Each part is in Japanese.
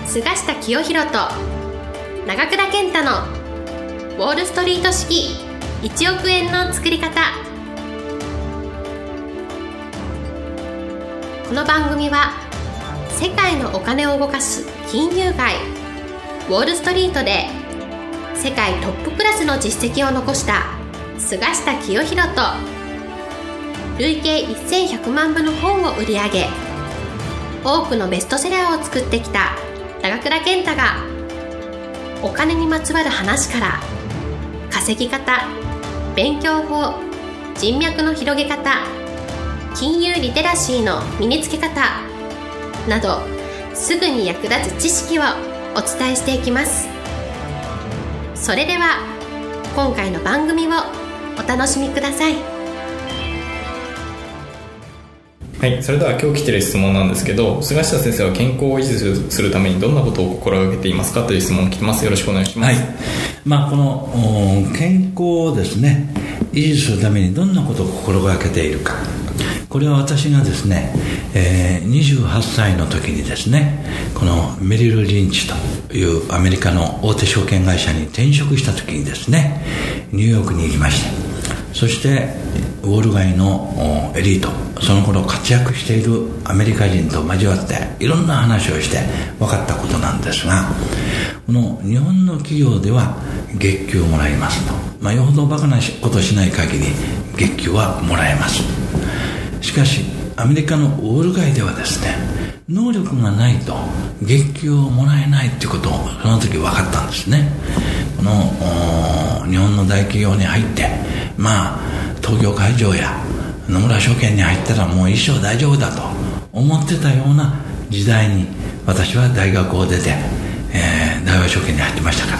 菅下清弘と長倉健太のウォールストリート式1億円の作り方。この番組は世界のお金を動かす金融街ウォールストリートで世界トップクラスの実績を残した菅下清弘と累計1100万部の本を売り上げ多くのベストセラーを作ってきた長倉健太がお金にまつわる話から稼ぎ方、勉強法、人脈の広げ方、金融リテラシーの身につけ方などすぐに役立つ知識をお伝えしていきます。それでは今回の番組をお楽しみください。 はい、それでは今日来ている質問なんですけど、菅下先生は健康を維持するためにどんなことを心がけていますかという質問を来てます。よろしくお願いします。 はい、この健康をですね維持するためにどんなことを心がけているか、これは私がですね、28歳の時にですねこのメリル・リンチというアメリカの大手証券会社に転職した時にですねニューヨークに行きました。そしてウォール街のエリート、その頃活躍しているアメリカ人と交わっていろんな話をして分かったことなんですが、この日本の企業では月給をもらいますと、よほどバカなことをしない限り月給はもらえます。しかしアメリカのウォール街ではですね能力がないと月給をもらえないということをその時分かったんですね。この日本の大企業に入って東京海上や野村証券に入ったらもう一生大丈夫だと思ってたような時代に私は大学を出て、大和証券に入ってましたから、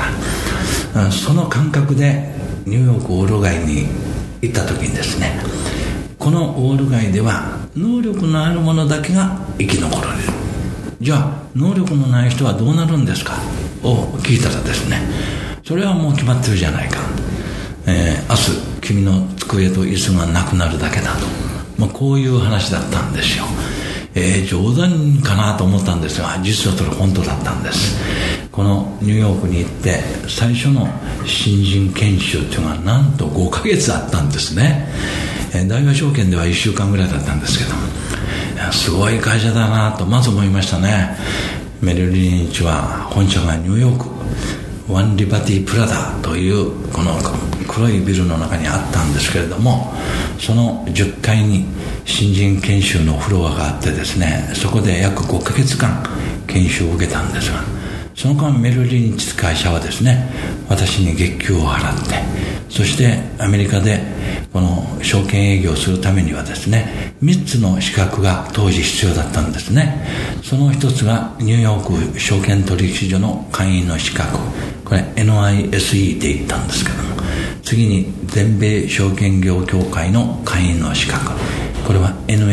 その感覚でニューヨークウォール街に行った時にですね、このウォール街では能力のある者だけが生き残られる。じゃあ能力のない人はどうなるんですかを聞いたらですね、それはもう決まってるじゃないか、明日君の机と椅子がなくなるだけだと、こういう話だったんですよ。冗談かなと思ったんですが、実はそれ本当だったんです。このニューヨークに行って最初の新人研修というのがなんと5ヶ月あったんですね。大和証券では1週間ぐらいだったんですけど、すごい会社だなとまず思いましたね。メリル・リンチは本社がニューヨークワンリバティプラダというこの黒いビルの中にあったんですけれども、その10階に新人研修のフロアがあってですね、そこで約5ヶ月間研修を受けたんですが、その間メルリンチ会社はですね私に月給を払って、そしてアメリカでこの証券営業をするためにはですね3つの資格が当時必要だったんですね。その一つがニューヨーク証券取引所の会員の資格、これ NISE で言ったんですけども、次に全米証券業協会の会員の資格、これは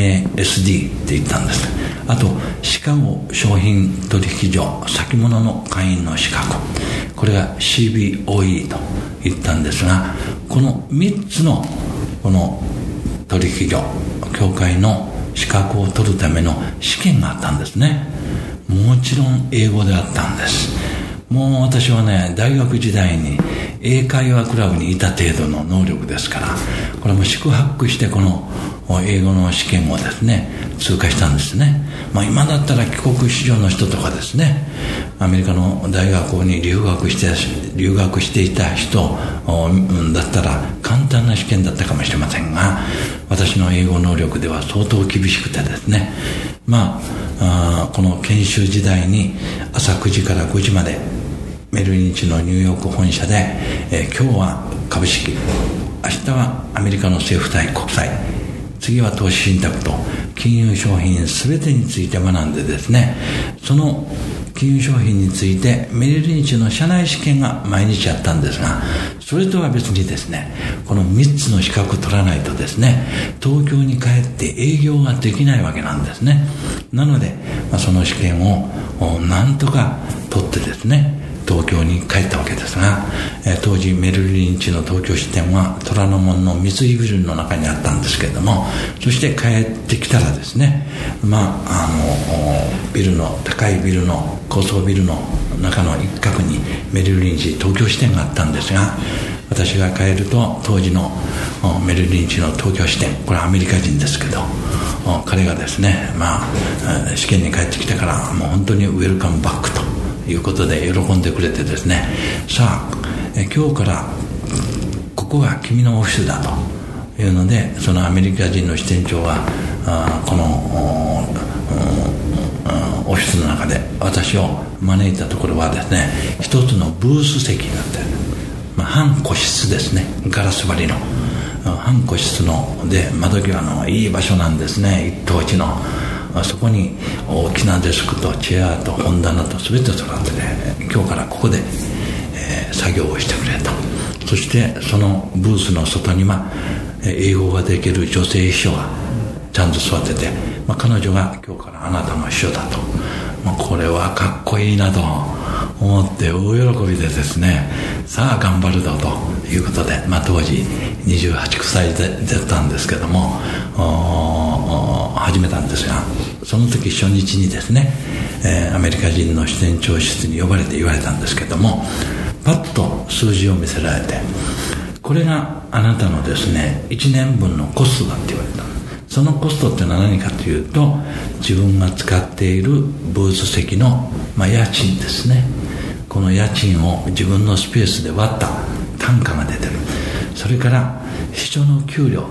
NASD って言ったんです。あとシカゴ商品取引所先物の会員の資格、これが CBOE と言ったんですが、この3つのこの取引所協会の資格を取るための試験があったんですね。もちろん英語であったんです。もう私はね大学時代に英会話クラブにいた程度の能力ですから、これも四苦八苦してこの英語の試験をですね通過したんですね。今だったら帰国子女の人とかですね、アメリカの大学に留学していた人だったら簡単な試験だったかもしれませんが、私の英語能力では相当厳しくてですね、この研修時代に朝9時から5時までメルリンチのニューヨーク本社で、今日は株式、明日はアメリカの政府対国債、次は投資信託と金融商品全てについて学んでですね、その金融商品についてメリル・リンチの社内試験が毎日あったんですが、それとは別にですねこの3つの資格を取らないとですね東京に帰って営業ができないわけなんですね。なので、その試験をなんとか取ってですね東京に帰ったわけですが、当時メルリンチの東京支店は虎ノ門の三井ビルの中にあったんですけれども、そして帰ってきたらですね、ビルの高いビルの高層ビルの中の一角にメルリンチ東京支店があったんですが、私が帰ると当時のメルリンチの東京支店、これはアメリカ人ですけど、彼がですね、試験に帰ってきたからもう本当にウェルカムバックということで喜んでくれてですね、さあ今日からここが君のオフィスだというので、そのアメリカ人の支店長はこのオフィスの中で私を招いたところはですね、一つのブース席になって、半個室ですね、ガラス張りの半個室ので、窓際のいい場所なんですね、一等地の。そこに大きなデスクとチェアと本棚と全て揃ってね、今日からここで、作業をしてくれと。そしてそのブースの外には英語ができる女性秘書がちゃんと座ってて、彼女が今日からあなたの秘書だと。これはかっこいいなと思って大喜びでですね、さあ頑張るぞということで、当時28、9歳だったんですけども始めたんですが、その時初日にですね、アメリカ人の支店長室に呼ばれて言われたんですけども、パッと数字を見せられて、これがあなたのですね1年分のコストだって言われた。そのコストっていうのは何かというと、自分が使っているブース席の、家賃ですね。この家賃を自分のスペースで割った単価が出てる。それから秘書の給料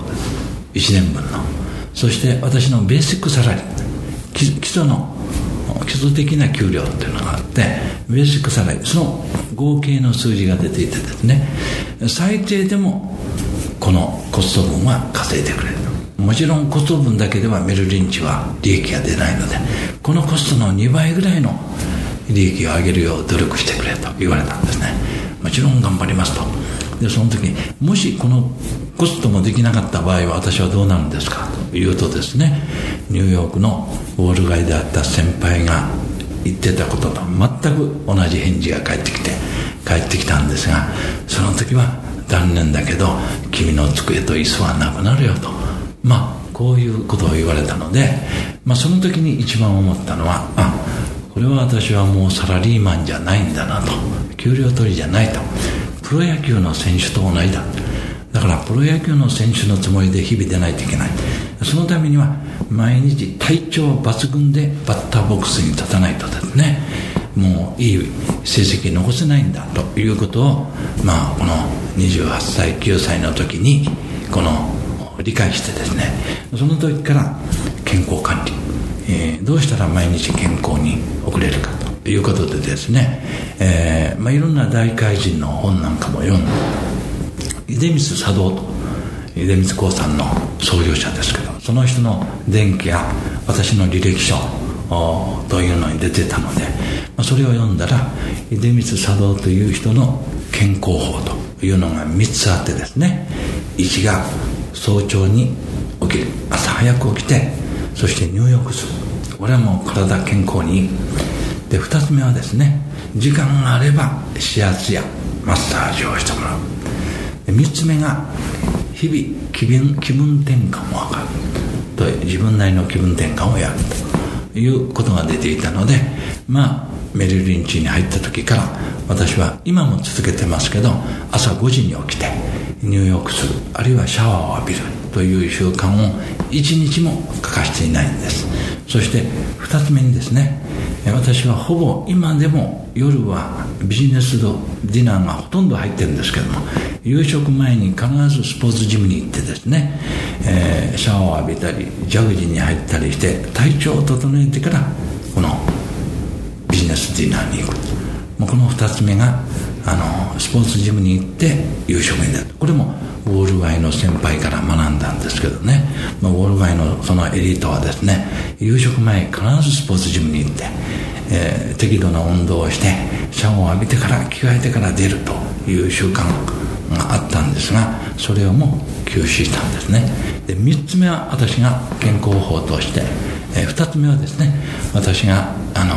1年分の、そして私のベーシックサラリー、基礎的な給料っていうのがあって、ベーシックサラリー、その合計の数字が出ていてですね、最低でもこのコスト分は稼いでくれる。もちろんコスト分だけではメルリンチは利益が出ないので、このコストの2倍ぐらいの利益を上げるよう努力してくれと言われたんですね。もちろん頑張りますと。でその時、もしこのコストもできなかった場合は私はどうなるんですかというとですね、ニューヨークのウォール街であった先輩が言ってたことと全く同じ返事が返ってきたんですが、その時は残念だけど君の机と椅子はなくなるよと、こういうことを言われたので、その時に一番思ったのは、これは私はもうサラリーマンじゃないんだなと、給料取りじゃないと、プロ野球の選手と同じだ。だからプロ野球の選手のつもりで日々出ないといけない。そのためには毎日体調抜群でバッターボックスに立たないとですね、もういい成績残せないんだということを、この28歳9歳の時に理解してですね、その時から健康管理、どうしたら毎日健康に送れるかということでですね、いろんな大怪人の本なんかも読んで、出光茶道と出光興産の創業者ですけど、その人の伝記や私の履歴書というのに出てたので、それを読んだら出光茶道という人の健康法というのが3つあってですね、1が早朝に起きる、朝早く起きてそして入浴する、これはもう体健康にいい。で2つ目はですね、時間があれば指圧やマッサージをしてもらう。で3つ目が日々気分転換を図ると、自分なりの気分転換をやるということが出ていたので、メルリンチに入った時から私は今も続けてますけど、朝5時に起きて入浴する、あるいはシャワーを浴びるという習慣を一日も欠かしていないんです。そして2つ目にですね、私はほぼ今でも夜はビジネスディナーがほとんど入ってるんですけども、夕食前に必ずスポーツジムに行ってですね、シャワーを浴びたりジャグジーに入ったりして体調を整えてからこのビジネスディナーに行く。この2つ目がスポーツジムに行って夕食に出る。これもウォール街の先輩から学んだんですけどね、ウォール街のそのエリートはですね、夕食前必ずスポーツジムに行って、適度な運動をしてシャワーを浴びてから着替えてから出るという習慣があったんですが、それをも吸収したんですね。で3つ目は私が健康法として、2つ目はですね、私が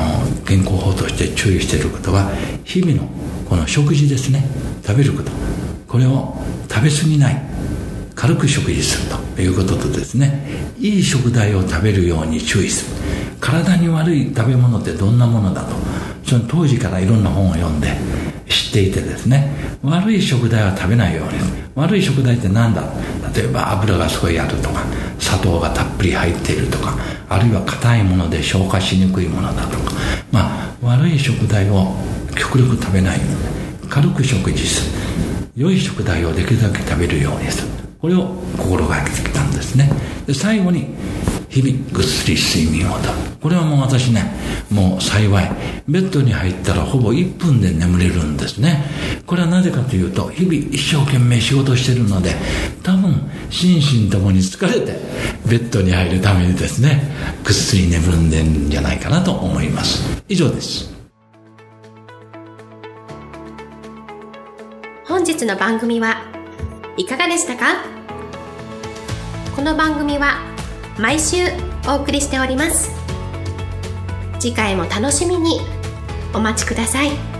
健康法として注意していることは、日々のこの食事ですね。食べること、これを食べ過ぎない、軽く食事するということとですね、いい食材を食べるように注意する。体に悪い食べ物ってどんなものだと、その当時からいろんな本を読んで知っていてですね、悪い食材は食べないように。悪い食材って何だ、例えば油がすごいあるとか、砂糖がたっぷり入っているとか、あるいは硬いもので消化しにくいものだとか、悪い食材を極力食べないように、軽く食事する、良い食材をできるだけ食べるようにする、これを心がけてきたんですね。で、最後に日々ぐっすり睡眠をとる。これはもう私ね、もう幸いベッドに入ったらほぼ1分で眠れるんですね。これはなぜかというと、日々一生懸命仕事してるので、多分心身ともに疲れてベッドに入るためにですね、ぐっすり眠んでるんじゃないかなと思います。以上です。 本日の番組はいかがでしたか？この番組は毎週お送りしております。次回も楽しみにお待ちください。